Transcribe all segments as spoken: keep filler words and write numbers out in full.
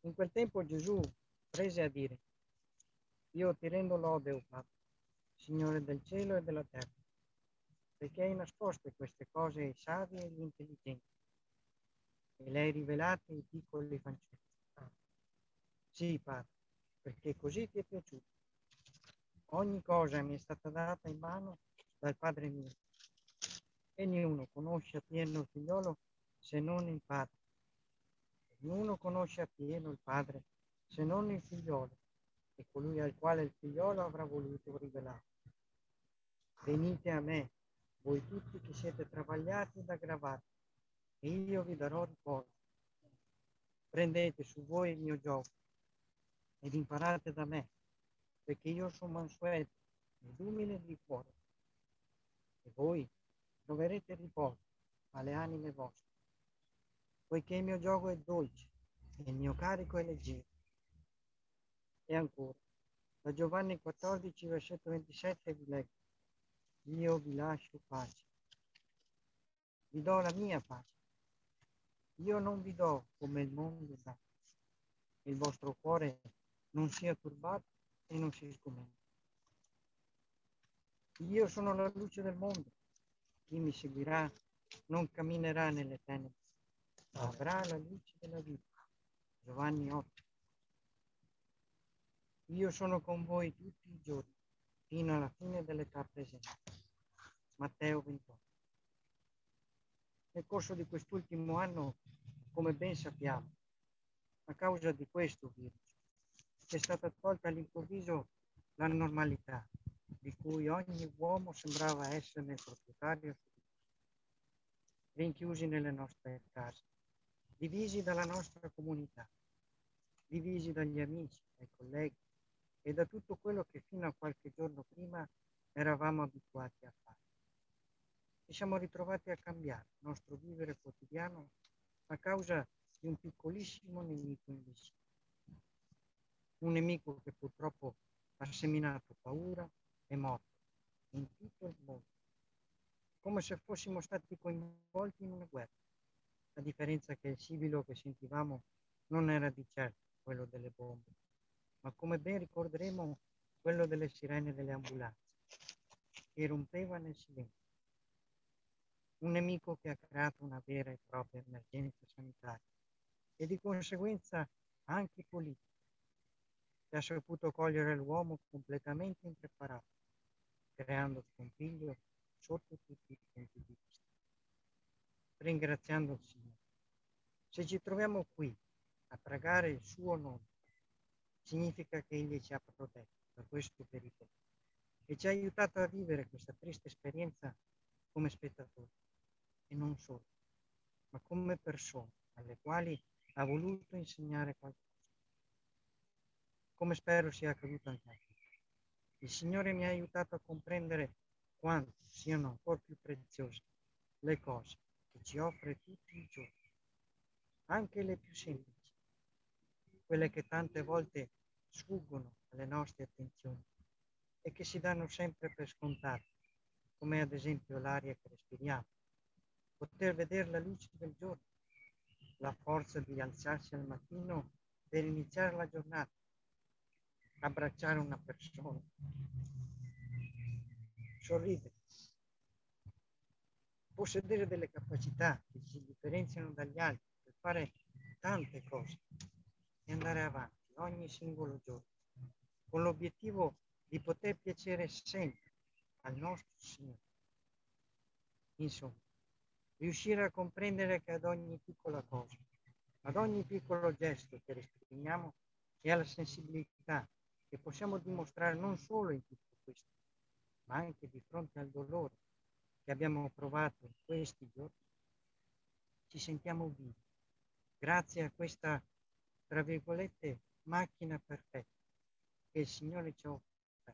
In quel tempo Gesù prese a dire: Io ti rendo lode, o Padre, Signore del cielo e della terra, perché hai nascoste queste cose ai savi e agli intelligenti e le hai rivelate ai piccoli fanciulli. Sì, Padre, perché così ti è piaciuto. Ogni cosa mi è stata data in mano dal Padre mio, e nessuno conosce appieno il figliolo se non il Padre. Nessuno conosce appieno il Padre se non il figliolo e colui al quale il figliolo avrà voluto rivelare. Venite a me, voi tutti che siete travagliati ed aggravati, e io vi darò riposo. Prendete su voi il mio gioco ed imparate da me, perché io sono mansueto ed umile di cuore, e voi troverete riposo alle anime vostre, poiché il mio gioco è dolce e il mio carico è leggero. E ancora, da Giovanni quattordici, versetto ventisette vi leggo: Io vi lascio pace, vi do la mia pace. Io non vi do come il mondo dà. Il vostro cuore non sia turbato e non si scomenda. Io sono la luce del mondo. Chi mi seguirà non camminerà nelle tenebre, ma avrà la luce della vita. Giovanni otto. Io sono con voi tutti i giorni, fino alla fine dell'età presente. Matteo ventotto. Nel corso di quest'ultimo anno, come ben sappiamo, a causa di questo virus, è stata tolta all'improvviso la normalità, di cui ogni uomo sembrava esserne il proprietario, rinchiusi nelle nostre case, divisi dalla nostra comunità, divisi dagli amici, dai colleghi e da tutto quello che fino a qualche giorno prima eravamo abituati a fare. Ci siamo ritrovati a cambiare il nostro vivere quotidiano a causa di un piccolissimo nemico invisibile. Un nemico che purtroppo ha seminato paura e morte in tutto il mondo, come se fossimo stati coinvolti in una guerra. La differenza è che il sibilo che sentivamo non era di certo quello delle bombe, ma come ben ricorderemo quello delle sirene delle ambulanze, che rompeva nel silenzio. Un nemico che ha creato una vera e propria emergenza sanitaria e di conseguenza anche politica, che ha saputo cogliere l'uomo completamente impreparato, creando scompiglio sotto tutti i punti di vista. Ringraziando il Signore. Se ci troviamo qui a pregare il suo nome, significa che Egli ci ha protetto da questo pericolo e ci ha aiutato a vivere questa triste esperienza come spettatori, e non solo, ma come persone alle quali ha voluto insegnare qualcosa, come spero sia accaduto anche a me. Il Signore mi ha aiutato a comprendere quanto siano ancora più preziose le cose che ci offre tutti i giorni, anche le più semplici, quelle che tante volte sfuggono alle nostre attenzioni e che si danno sempre per scontate, come ad esempio l'aria che respiriamo, poter vedere la luce del giorno, la forza di alzarsi al mattino per iniziare la giornata, abbracciare una persona, sorridere, possedere delle capacità che ci differenziano dagli altri per fare tante cose e andare avanti ogni singolo giorno, con l'obiettivo di poter piacere sempre al nostro Signore. Insomma, riuscire a comprendere che ad ogni piccola cosa, ad ogni piccolo gesto che esprimiamo e alla sensibilità che possiamo dimostrare non solo in tutto questo, ma anche di fronte al dolore che abbiamo provato in questi giorni, ci sentiamo vivi, grazie a questa, tra virgolette, macchina perfetta che il Signore ci ha offerto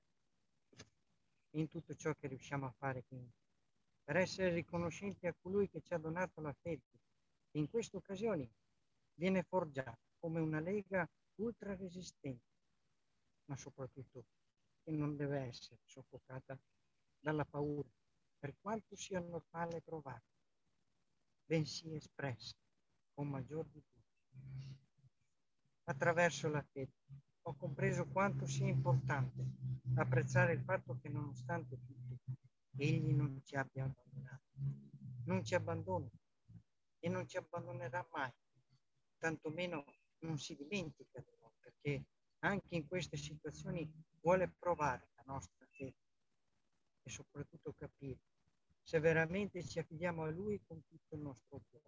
in tutto ciò che riusciamo a fare, quindi, per essere riconoscenti a colui che ci ha donato la fede, che in queste occasioni viene forgiata come una lega ultra resistente, ma soprattutto che non deve essere soffocata dalla paura, per quanto sia normale provare, bensì espressa con maggior virtù. attraverso la fede. Ho compreso quanto sia importante apprezzare il fatto che nonostante tutto Egli non ci abbia abbandonato, non ci abbandona e non ci abbandonerà mai, tantomeno non si dimentica di noi, perché anche in queste situazioni vuole provare la nostra fede e soprattutto capire se veramente ci affidiamo a Lui con tutto il nostro cuore.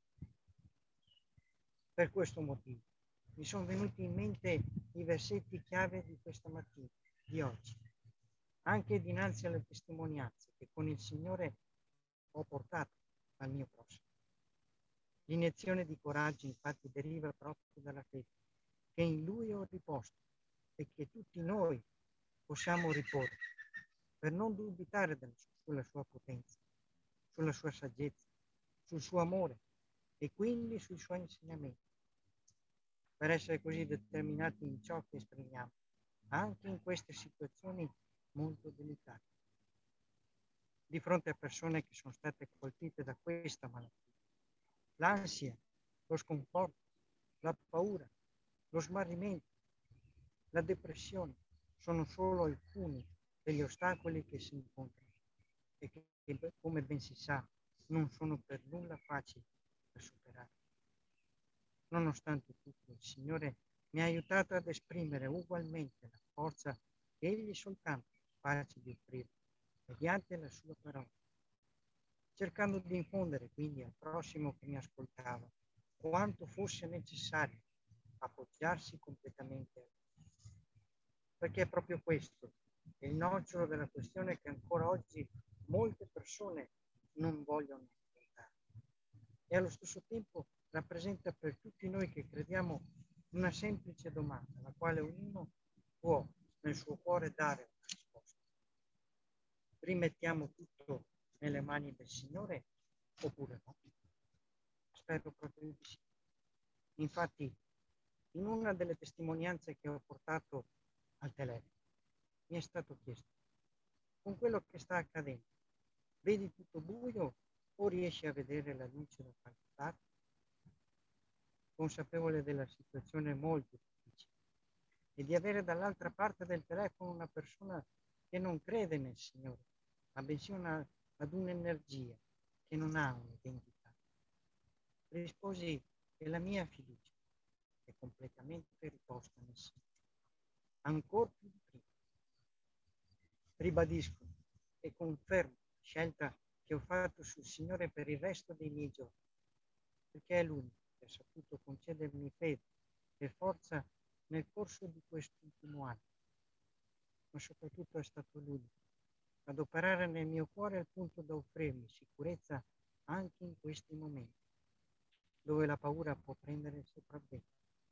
Per questo motivo mi sono venuti in mente i versetti chiave di questa mattina, di oggi, anche dinanzi alle testimonianze che con il Signore ho portato al mio prossimo. L'iniezione di coraggio infatti deriva proprio dalla fede che in Lui ho riposto e che tutti noi possiamo riporre per non dubitare sulla sua potenza, sulla sua saggezza, sul suo amore e quindi sui suoi insegnamenti, per essere così determinati in ciò che esprimiamo, anche in queste situazioni molto delicate. Di fronte a persone che sono state colpite da questa malattia, l'ansia, lo sconforto, la paura, lo smarrimento, la depressione sono solo alcuni degli ostacoli che si incontrano e che, come ben si sa, non sono per nulla facili da superare. Nonostante tutto, il Signore mi ha aiutato ad esprimere ugualmente la forza che Egli soltanto è capace di offrire mediante la sua parola, cercando di infondere quindi al prossimo che mi ascoltava quanto fosse necessario appoggiarsi completamente a Lui. Perché è proprio questo il nocciolo della questione che ancora oggi molte persone non vogliono affrontare. E allo stesso tempo rappresenta per tutti noi che crediamo una semplice domanda, alla quale ognuno può nel suo cuore dare una risposta. Rimettiamo tutto nelle mani del Signore oppure no? Spero proprio di sì. Infatti, in una delle testimonianze che ho portato al telefono, mi è stato chiesto, con quello che sta accadendo, vedi tutto buio o riesci a vedere la luce da qualche parte? Consapevole della situazione molto difficile e di avere dall'altra parte del telefono una persona che non crede nel Signore, ma bensì una, ad un'energia che non ha un'identità. Risposi che la mia fiducia è completamente riposta nel Signore, ancora più di prima. Ribadisco e confermo la scelta che ho fatto sul Signore per il resto dei miei giorni, perché è l'unico che ha saputo concedermi fede e forza nel corso di quest'ultimo anno, ma soprattutto è stato l'unico ad operare nel mio cuore al punto da offrirmi sicurezza anche in questi momenti, dove la paura può prendere il sopravvento.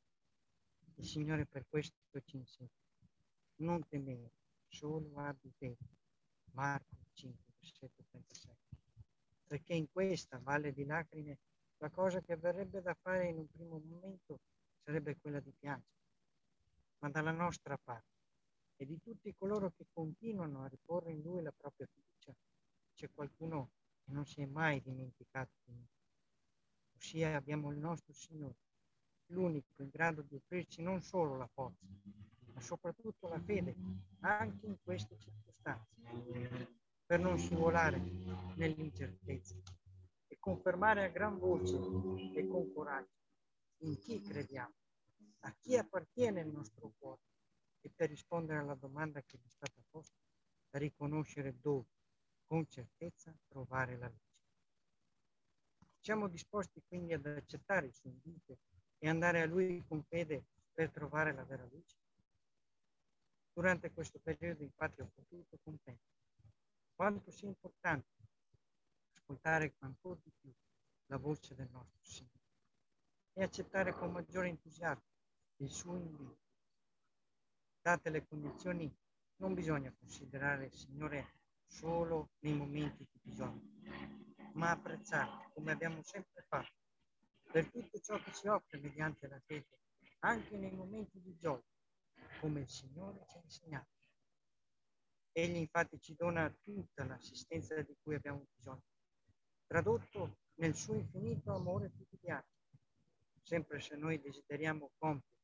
Il Signore per questo ci insegna: non temere, solo abbi fede. Marco cinque, versetto trentasette. Perché in questa valle di lacrime la cosa che verrebbe da fare in un primo momento sarebbe quella di piangere, ma dalla nostra parte e di tutti coloro che continuano a riporre in Lui la propria fiducia c'è qualcuno che non si è mai dimenticato di noi, ossia abbiamo il nostro Signore, l'unico in grado di offrirci non solo la forza, ma soprattutto la fede anche in queste circostanze, per non scivolare nell'incertezza e confermare a gran voce e con coraggio in chi crediamo, a chi appartiene il nostro cuore, e per rispondere alla domanda che mi è stata posta, riconoscere dove con certezza trovare la luce. Siamo disposti quindi ad accettare il suo invito e andare a Lui con fede per trovare la vera luce? Durante questo periodo infatti ho potuto comprendere quanto sia importante ascoltare ancora di più la voce del nostro Signore e accettare con maggiore entusiasmo il suo invito. Date le condizioni, non bisogna considerare il Signore solo nei momenti di bisogno, ma apprezzarlo come abbiamo sempre fatto per tutto ciò che ci offre mediante la fede, anche nei momenti di gioia, come il Signore ci ha insegnato. Egli infatti ci dona tutta l'assistenza di cui abbiamo bisogno, tradotto nel suo infinito amore quotidiano, sempre se noi desideriamo compiere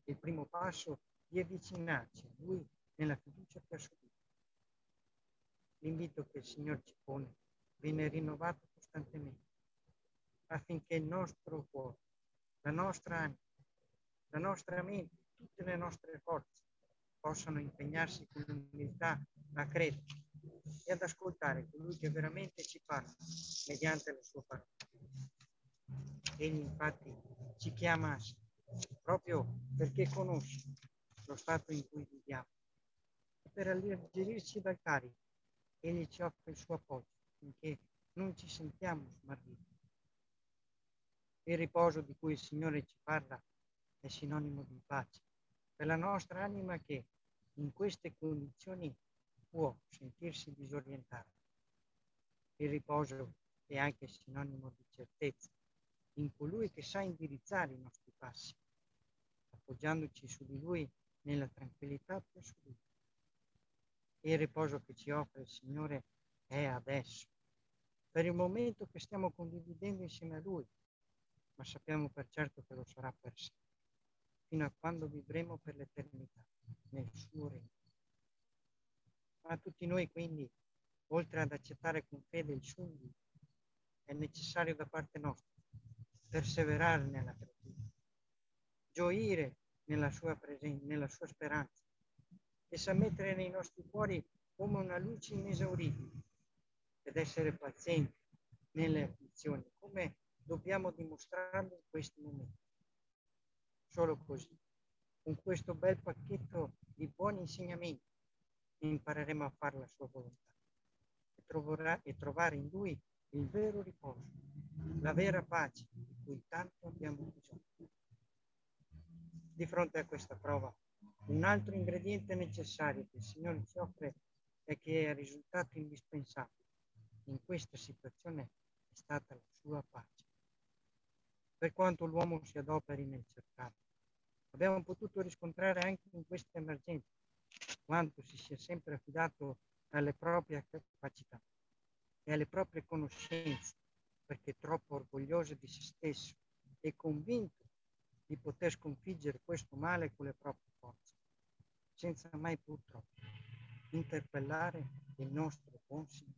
il primo passo di avvicinarci a Lui nella fiducia che ha subito. L'invito che il Signore ci pone viene rinnovato costantemente affinché il nostro cuore, la nostra anima, la nostra mente, tutte le nostre forze possano impegnarsi con umiltà a credere e ad ascoltare colui che veramente ci parla mediante la sua parola. Egli infatti ci chiama a sé, proprio perché conosce lo stato in cui viviamo. E per alleggerirci dal carico, egli ci offre il suo appoggio, finché non ci sentiamo smarriti. Il riposo di cui il Signore ci parla è sinonimo di pace per la nostra anima che in queste condizioni può sentirsi disorientata. Il riposo è anche sinonimo di certezza in colui che sa indirizzare i nostri passi, appoggiandoci su di Lui nella tranquillità più assoluta. Il riposo che ci offre il Signore è adesso, per il momento che stiamo condividendo insieme a Lui, ma sappiamo per certo che lo sarà per sempre, fino a quando vivremo per l'eternità nel suo regno. Ma a tutti noi quindi, oltre ad accettare con fede il suo invito, è necessario da parte nostra perseverare nella gratitudine, gioire nella sua presenza, nella sua speranza, e sa mettere nei nostri cuori come una luce inesauribile ed essere pazienti nelle afflizioni, come dobbiamo dimostrarlo in questi momenti. Solo così, con questo bel pacchetto di buoni insegnamenti, impareremo a fare la sua volontà e, troverà, e trovare in Lui il vero riposo, la vera pace di cui tanto abbiamo bisogno. Di fronte a questa prova, un altro ingrediente necessario che il Signore ci offre e che è risultato indispensabile in questa situazione è stata la sua pace. Per quanto l'uomo si adoperi nel cercarlo, abbiamo potuto riscontrare anche in questa emergenza quanto si sia sempre affidato alle proprie capacità e alle proprie conoscenze, perché troppo orgoglioso di se stesso e convinto di poter sconfiggere questo male con le proprie forze, senza mai purtroppo interpellare il nostro buon Signore.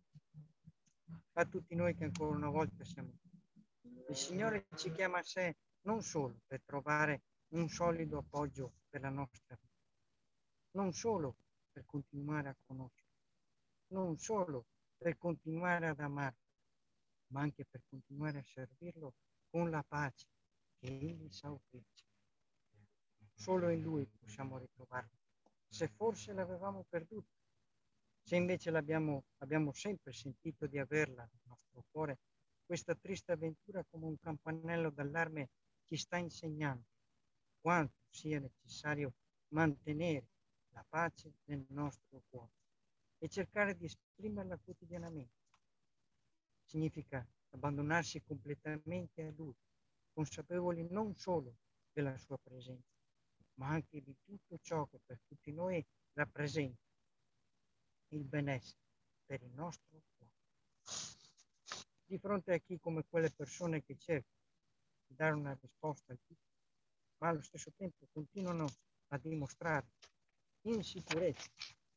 A tutti noi che ancora una volta siamo qui, il Signore ci chiama a sé non solo per trovare un solido appoggio per la nostra vita, non solo per continuare a conoscere, non solo per continuare ad amare, ma anche per continuare a servirlo con la pace che Egli sa offrirci. Solo in Lui possiamo ritrovarla, se forse l'avevamo perduta, se invece l'abbiamo abbiamo sempre sentito di averla nel nostro cuore, questa triste avventura come un campanello d'allarme ci sta insegnando quanto sia necessario mantenere la pace nel nostro cuore e cercare di esprimerla quotidianamente. Significa abbandonarsi completamente a Lui, consapevoli non solo della sua presenza, ma anche di tutto ciò che per tutti noi rappresenta il benessere per il nostro cuore. Di fronte a chi come quelle persone che cercano di dare una risposta al tutto, ma allo stesso tempo continuano a dimostrare insicurezza,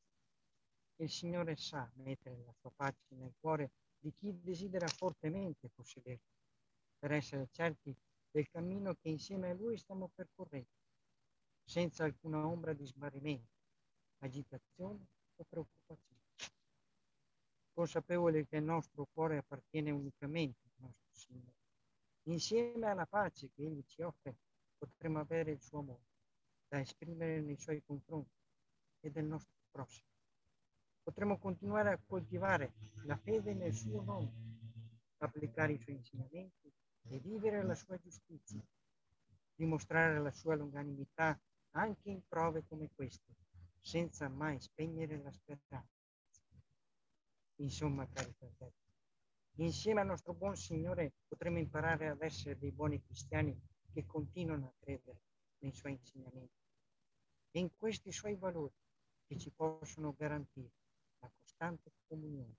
il Signore sa mettere la sua pace nel cuore di chi desidera fortemente possederla, per essere certi del cammino che insieme a Lui stiamo percorrendo, senza alcuna ombra di smarrimento, agitazione o preoccupazione. Consapevoli che il nostro cuore appartiene unicamente al nostro Signore. Insieme alla pace che Egli ci offre, potremo avere il suo amore da esprimere nei Suoi confronti e del nostro prossimo. Potremo continuare a coltivare la fede nel suo nome, applicare i Suoi insegnamenti e vivere la sua giustizia, dimostrare la sua longanimità anche in prove come queste, senza mai spegnere la speranza. Insomma, cari fratelli, insieme al nostro buon Signore potremo imparare ad essere dei buoni cristiani che continuano a credere nei Suoi insegnamenti e in questi Suoi valori che ci possono garantire la costante comunione,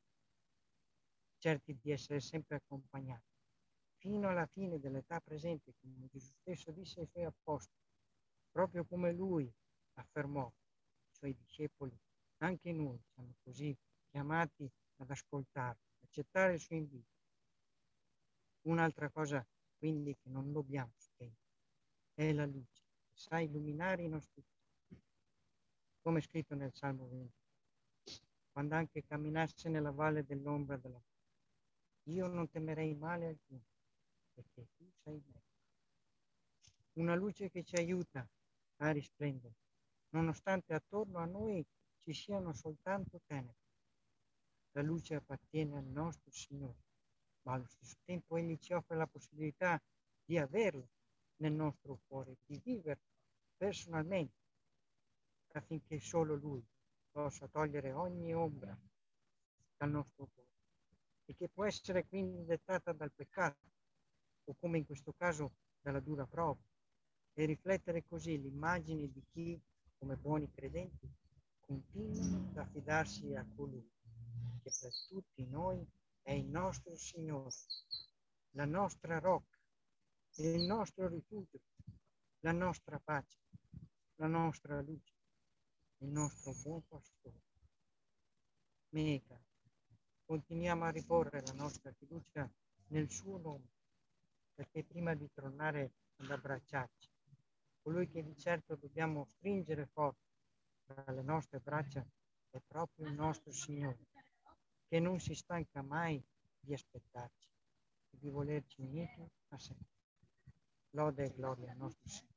certi di essere sempre accompagnati fino alla fine dell'età presente, come Gesù stesso disse ai Suoi apostoli, proprio come lui affermò ai suoi discepoli, anche noi siamo così chiamati ad ascoltare, accettare il suo invito. Un'altra cosa quindi che non dobbiamo spegnere è la luce, che sa illuminare i nostri passi, come è scritto nel Salmo venti. Quando anche camminassi nella valle dell'ombra della morte, io non temerei male alcuno, perché tu sei me. Una luce che ci aiuta a risplendere, nonostante attorno a noi ci siano soltanto tenebre. La luce appartiene al nostro Signore, ma allo stesso tempo Egli ci offre la possibilità di averla nel nostro cuore, di viverla personalmente, affinché solo Lui possa togliere ogni ombra dal nostro cuore, e che può essere quindi dettata dal peccato, o come in questo caso dalla dura prova, e riflettere così l'immagine di chi, come buoni credenti, continuano ad affidarsi a colui che per tutti noi è il nostro Signore, la nostra rocca, il nostro rifugio, la nostra pace, la nostra luce, il nostro buon pastore. Mega, continuiamo a riporre la nostra fiducia nel suo nome, perché prima di tornare ad abbracciarci, colui che di certo dobbiamo stringere forte tra le nostre braccia è proprio il nostro Signore, che non si stanca mai di aspettarci e di volerci uniti a sé. Lode e gloria al nostro Signore.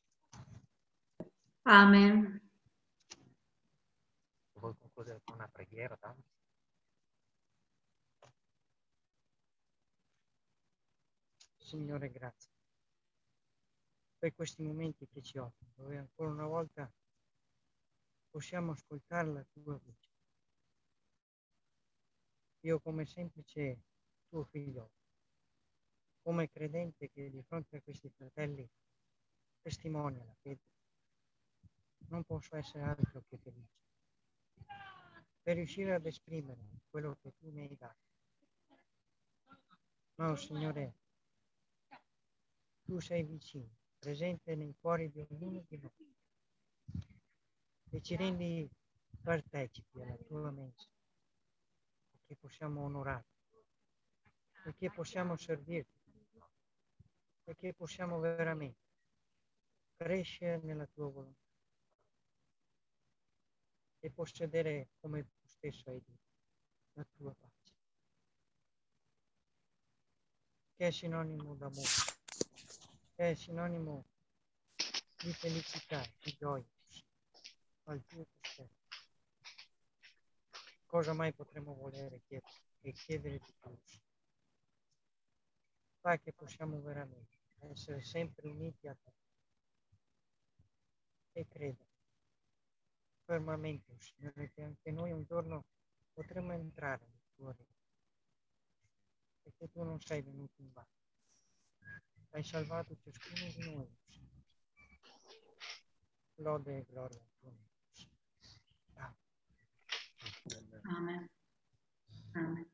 Amen. Vuoi concludere con una preghiera, Dani? Signore, grazie per questi momenti che ci offri, dove ancora una volta possiamo ascoltare la tua voce. Io come semplice tuo figlio, come credente che di fronte a questi fratelli testimonia la fede, non posso essere altro che felice per riuscire ad esprimere quello che tu mi hai dato. Ma, oh Signore, tu sei vicino, presente nei cuori di ognuno di noi e ci rendi partecipi alla tua mensa, perché possiamo onorarti, perché possiamo servirti, perché possiamo veramente crescere nella tua volontà e possedere, come tu stesso hai detto, la tua pace, che è sinonimo d'amore, che è sinonimo di felicità, di gioia al tuo cospetto. Cosa mai potremmo volere chiedere e chiedere di più? Fa che possiamo veramente essere sempre uniti a te e credere fermamente, Signore, che anche noi un giorno potremo entrare nel tuo regno, perché tu non sei venuto in vano, hai salvato ciascuno di noi, Signore. Lode e gloria al tuo nome. Amen. Amen.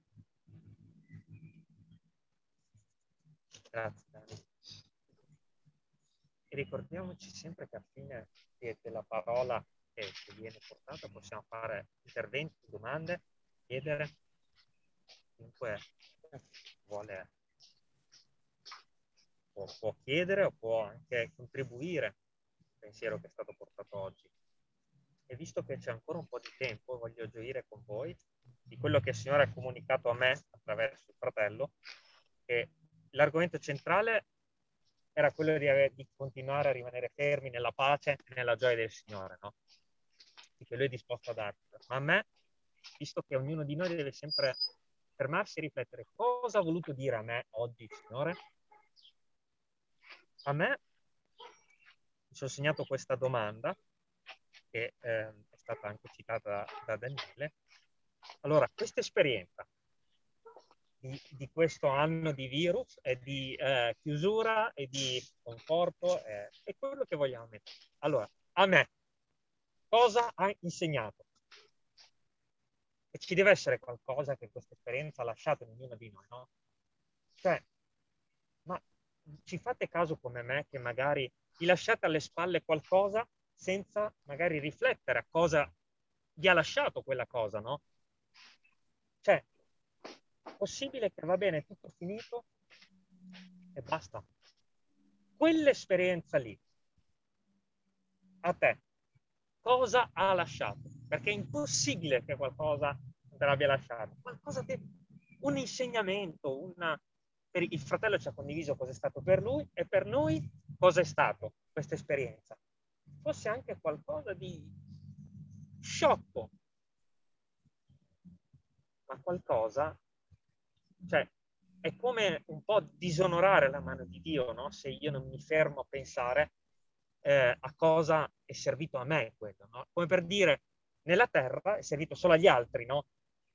Grazie, Dani. E ricordiamoci sempre che alla fine della parola che, che viene portata possiamo fare interventi, domande, chiedere. Chiunque vuole può, può chiedere o può anche contribuire al pensiero che è stato portato oggi. E visto che c'è ancora un po' di tempo, voglio gioire con voi di quello che il Signore ha comunicato a me attraverso il fratello, che l'argomento centrale era quello di, avere, di continuare a rimanere fermi nella pace e nella gioia del Signore, no? E che Lui è disposto a darci. Ma a me, visto che ognuno di noi deve sempre fermarsi e riflettere, cosa ha voluto dire a me oggi il Signore? A me mi sono segnato questa domanda, che eh, è stata anche citata da, da Daniele. Allora, questa esperienza di, di questo anno di virus e di eh, chiusura e di conforto eh, è quello che vogliamo mettere. Allora, a me cosa ha insegnato? E ci deve essere qualcosa che questa esperienza ha lasciato in ognuno di noi, no? Cioè, ma ci fate caso come me che magari vi lasciate alle spalle qualcosa senza magari riflettere a cosa vi ha lasciato quella cosa, no? Cioè, è possibile che va bene, è tutto finito e basta. Quell'esperienza lì, a te, cosa ha lasciato? Perché è impossibile che qualcosa te l'abbia lasciato. Qualcosa che, un insegnamento, una... il fratello ci ha condiviso cosa è stato per lui e per noi cosa è stato questa esperienza. Fosse anche qualcosa di sciocco, ma qualcosa, cioè, è come un po' disonorare la mano di Dio, no? Se io non mi fermo a pensare eh, a cosa è servito a me quello, no? Come per dire, nella terra è servito solo agli altri, no?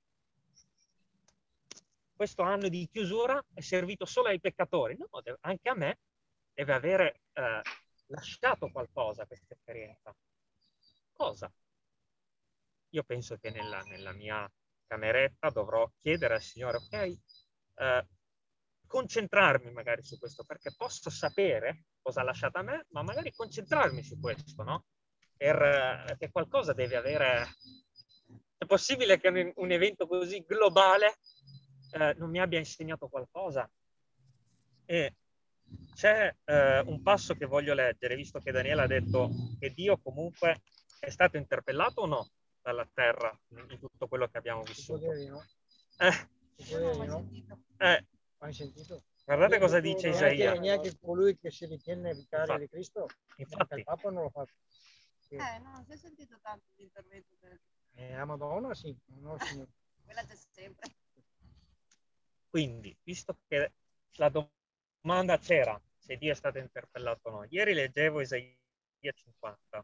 Questo anno di chiusura è servito solo ai peccatori, no? Anche a me deve avere eh, lasciato qualcosa questa esperienza. Cosa? Io penso che nella, nella mia cameretta dovrò chiedere al Signore, ok, eh, concentrarmi magari su questo, perché posso sapere cosa ha lasciato a me, ma magari concentrarmi su questo, no? Per, perché qualcosa deve avere... È possibile che un, un evento così globale eh, non mi abbia insegnato qualcosa? E c'è eh, un passo che voglio leggere, visto che Daniele ha detto che Dio comunque è stato interpellato o no dalla terra in tutto quello che abbiamo vissuto. No? Eh, eh, Hai sentito? guardate cosa dice Isaia. Neanche, neanche colui che si ritiene vicario Infatti, di Cristo, infatti, il Papa non lo fa. Eh, no, si è sentito tanto l'intervento del... Eh, a Madonna sì, no, signore. Quella c'è sempre. Quindi, visto che la domanda c'era, se Dio è stato interpellato o no, ieri leggevo Isaia cinquanta.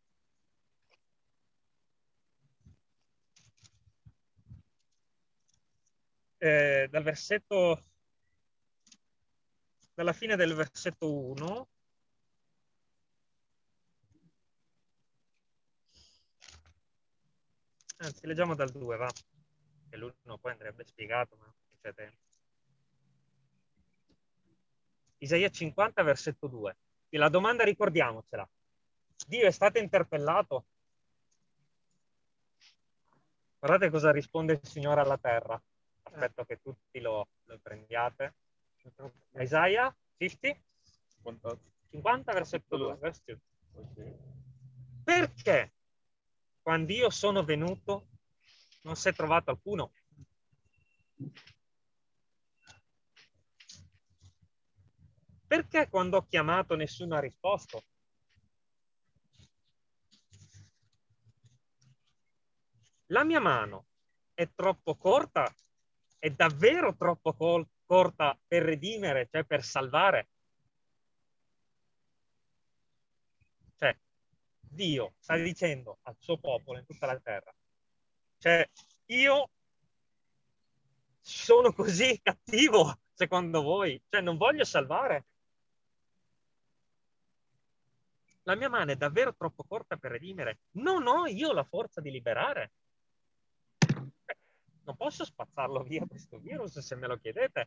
Eh, dal versetto, dalla fine del versetto uno, anzi leggiamo dal due, va, che l'uno poi andrebbe spiegato, ma non c'è tempo. Isaia cinquanta, versetto due. E la domanda ricordiamocela. Dio è stato interpellato? Guardate cosa risponde il Signore alla terra. Aspetto che tutti lo, lo prendiate. Isaia cinquanta? cinquanta, versetto due. Versetto due. Perché quando io sono venuto non si è trovato alcuno? Perché quando ho chiamato nessuno ha risposto? La mia mano è troppo corta? È davvero troppo col- corta per redimere, cioè per salvare? Cioè, Dio sta dicendo al suo popolo in tutta la terra, cioè, io sono così cattivo, secondo voi? Cioè, non voglio salvare? La mia mano è davvero troppo corta per redimere? Non ho io la forza di liberare? Non posso spazzarlo via questo virus se me lo chiedete.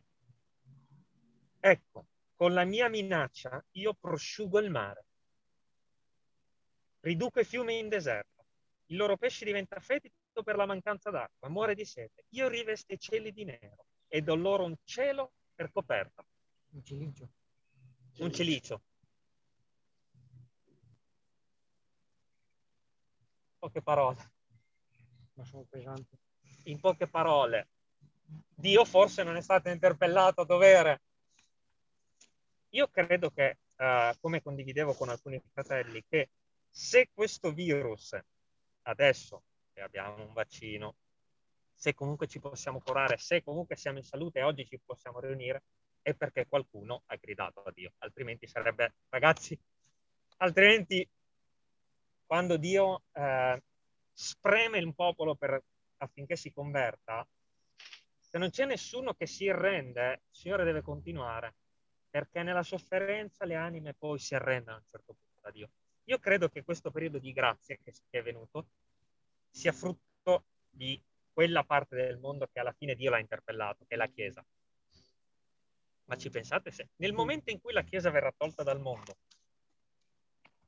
Ecco, con la mia minaccia io prosciugo il mare, riduco i fiumi in deserto, il loro pesce diventa fetido per la mancanza d'acqua, muore di sete. Io rivesto i cieli di nero e do loro un cielo per coperta. Un cilicio. Un cilicio. Poche parole. Ma sono pesanti. In poche parole, Dio forse non è stato interpellato a dovere. Io credo che, uh, come condividevo con alcuni fratelli, che se questo virus, adesso che abbiamo un vaccino, se comunque ci possiamo curare, se comunque siamo in salute e oggi ci possiamo riunire, è perché qualcuno ha gridato a Dio. Altrimenti sarebbe, ragazzi, altrimenti quando Dio eh, spreme il popolo per, affinché si converta, se non c'è nessuno che si arrende, il Signore deve continuare, perché nella sofferenza le anime poi si arrendono a un certo punto a Dio. Io credo che questo periodo di grazia che è venuto sia frutto di quella parte del mondo che alla fine Dio l'ha interpellato, che è la Chiesa. Ma ci pensate se nel momento in cui la Chiesa verrà tolta dal mondo,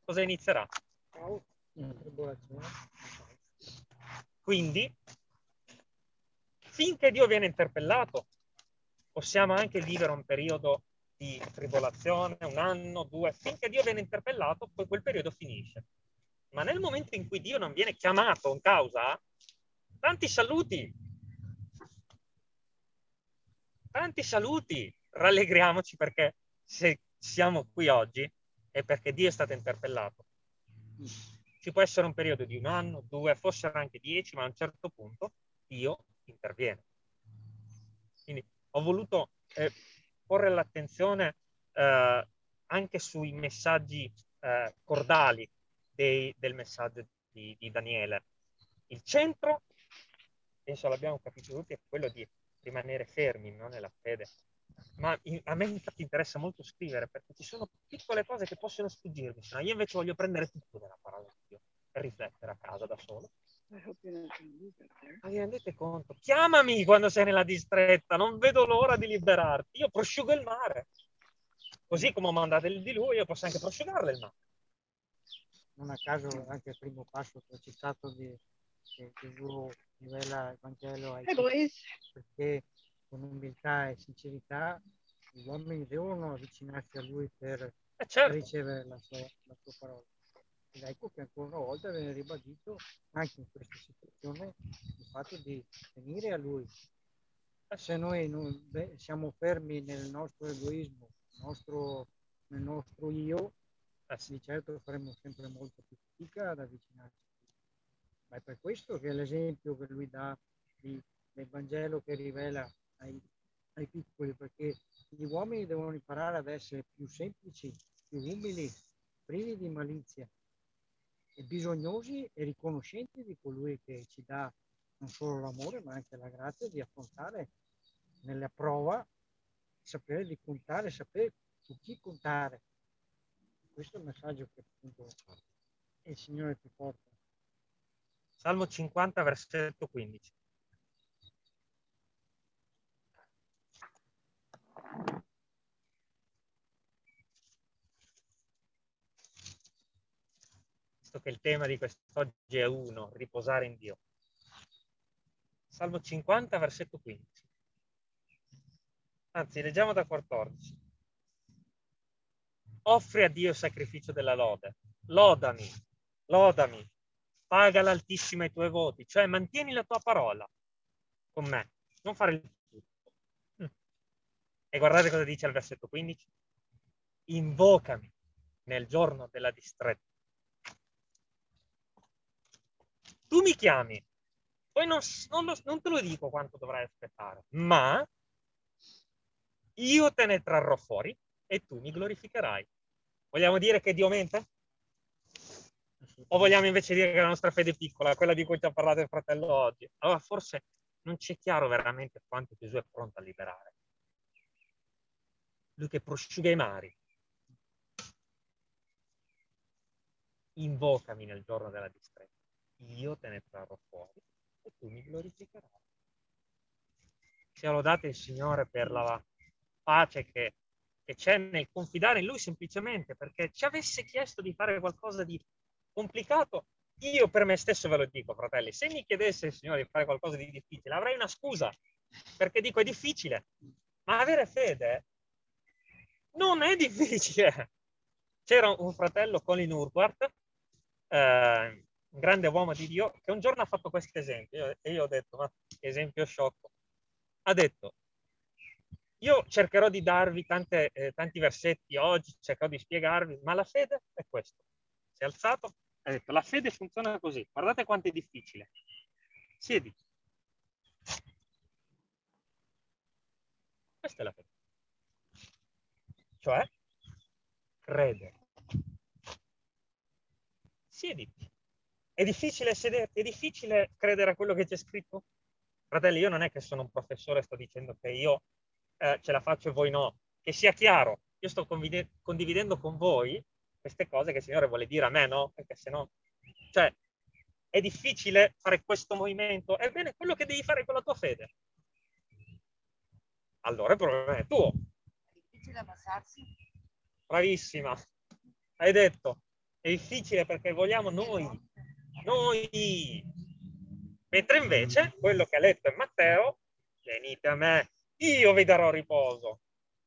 cosa inizierà? Ciao. Tribolazione. Quindi, finché Dio viene interpellato, possiamo anche vivere un periodo di tribolazione, un anno, due, finché Dio viene interpellato, poi quel periodo finisce. Ma nel momento in cui Dio non viene chiamato in causa, tanti saluti, tanti saluti, rallegriamoci perché se siamo qui oggi è perché Dio è stato interpellato. Ci può essere un periodo di un anno, due, fossero anche dieci, ma a un certo punto Dio interviene. Quindi ho voluto eh, porre l'attenzione eh, anche sui messaggi eh, cordali dei, del messaggio di, di Daniele. Il centro, penso l'abbiamo capito tutti, è quello di rimanere fermi, no, nella fede. Ma in, a me infatti interessa molto scrivere, perché ci sono piccole cose che possono sfuggirmi, se no io invece voglio prendere tutto della parola di Dio e riflettere a casa da solo. Ma vi rendete conto? Chiamami quando sei nella distretta, non vedo l'ora di liberarti. Io prosciugo il mare. Così come ho mandato il diluvio, io posso anche prosciugarlo il mare. Non a caso anche il primo passo che ho citato di, che Gesù rivela il Vangelo ai hey perché con umiltà e sincerità gli uomini devono avvicinarsi a Lui per, eh certo. per ricevere la sua, la sua parola. Ed ecco che ancora una volta viene ribadito anche in questa situazione il fatto di venire a Lui. Se noi non, beh, siamo fermi nel nostro egoismo, nel nostro, nel nostro io, Eh sì. di certo faremo sempre molto più fatica ad avvicinarci. Ma è per questo che l'esempio che lui dà di, del Vangelo che rivela ai, ai piccoli, perché gli uomini devono imparare ad essere più semplici, più umili, privi di malizia e bisognosi e riconoscenti di colui che ci dà non solo l'amore ma anche la grazia di affrontare nella prova, sapere di contare, sapere su chi contare. Questo è il messaggio che appunto il Signore ti porta. Salmo cinquanta, versetto quindici. Visto che il tema di quest'oggi è uno, riposare in Dio. Salmo cinquanta, versetto quindici. Anzi, leggiamo da quattordici. Offri a Dio il sacrificio della lode. Lodami, lodami, paga l'Altissimo i tuoi voti, cioè mantieni la tua parola con me, non fare il tutto. Mm. E guardate cosa dice al versetto quindici. Invocami nel giorno della distretta. Tu mi chiami, poi non, non, lo, non te lo dico quanto dovrai aspettare, ma io te ne trarrò fuori e tu mi glorificherai. Vogliamo dire che Dio mente? O vogliamo invece dire che la nostra fede è piccola, quella di cui ci ha parlato il fratello oggi? Allora forse non c'è chiaro veramente quanto Gesù è pronto a liberare. Lui che prosciuga i mari. Invocami nel giorno della distretta. Io te ne trarrò fuori e tu mi glorificherai. Sia lodato il Signore per la pace che, che c'è nel confidare in Lui semplicemente, perché ci avesse chiesto di fare qualcosa di complicato, io per me stesso ve lo dico, fratelli, se mi chiedesse il Signore di fare qualcosa di difficile, avrei una scusa, perché dico è difficile, ma avere fede non è difficile. C'era un fratello, Colin Urquhart, eh, un grande uomo di Dio, che un giorno ha fatto questo esempio, e io ho detto, ma che esempio sciocco. Ha detto, io cercherò di darvi tante, eh, tanti versetti oggi, cercherò di spiegarvi, ma la fede è questo. Si è alzato e ha detto, la fede funziona così, guardate quanto è difficile. Siediti. Questa è la fede. Cioè, crede. Siediti. È difficile sederti, è difficile credere a quello che c'è scritto? Fratelli, io non è che sono un professore, sto dicendo che io eh, ce la faccio e voi no. Che sia chiaro, io sto condividendo con voi queste cose che il Signore vuole dire a me, no? Perché se no... Cioè, è difficile fare questo movimento? Ebbene, quello che devi fare con la tua fede. Allora il problema è tuo. È difficile abbassarsi? Bravissima. Hai detto. È difficile perché vogliamo noi, noi. Mentre invece quello che ha letto è Matteo, venite a me, io vi darò riposo.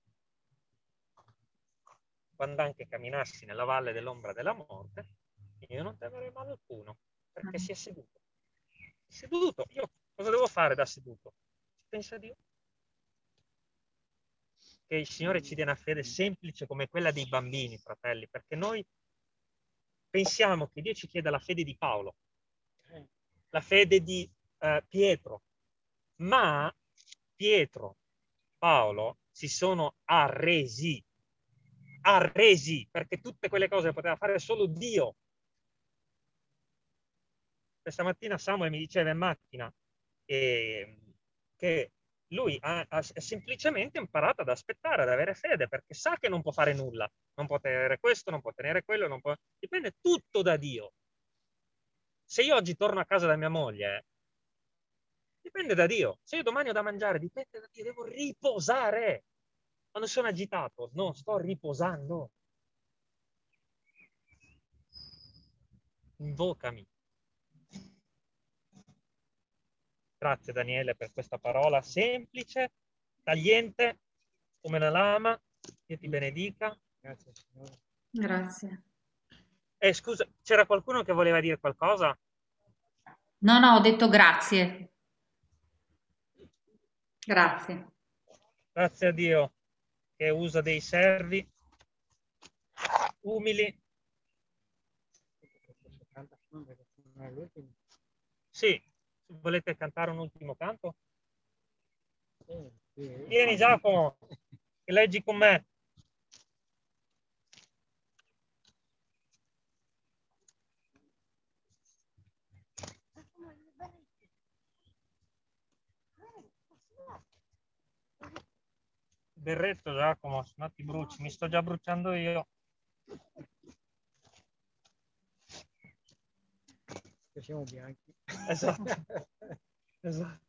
Quando anche camminassi nella valle dell'ombra della morte, io non temerei male alcuno, perché si è seduto. Si è seduto, io cosa devo fare da seduto? Ci pensa Dio? Che il Signore ci dia una fede semplice come quella dei bambini, fratelli, perché noi pensiamo che Dio ci chieda la fede di Paolo, la fede di eh, Pietro, ma Pietro, Paolo si sono arresi, arresi, perché tutte quelle cose le poteva fare solo Dio. Questa mattina Samuel mi diceva in macchina eh, che lui ha, ha semplicemente imparato ad aspettare, ad avere fede, perché sa che non può fare nulla, non può tenere questo, non può tenere quello, non può... dipende tutto da Dio. Se io oggi torno a casa da mia moglie, dipende da Dio. Se io domani ho da mangiare, dipende da Dio, devo riposare. Quando sono agitato, no, sto riposando. Invocami. Grazie Daniele per questa parola semplice, tagliente, come una lama. Dio ti benedica. Grazie Signore. Grazie. Eh, scusa, c'era qualcuno che voleva dire qualcosa? No, no, ho detto grazie. Grazie. Grazie a Dio che usa dei servi umili. Sì, volete cantare un ultimo canto? Vieni Giacomo, che leggi con me. Berretto Giacomo, se no ti bruci, mi sto già bruciando io. Che siamo bianchi. Esatto. Esatto.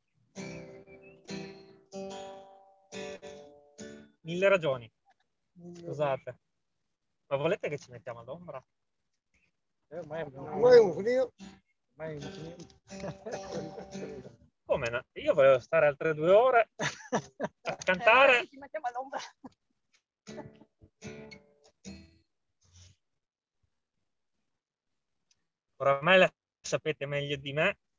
Mille ragioni. Scusate. Ma volete che ci mettiamo all'ombra? Eh, ormai è un frio. Ormai è un frio. Come no? Io volevo stare altre due ore a cantare. Ci mettiamo all'ombra. Oramai la sapete meglio di me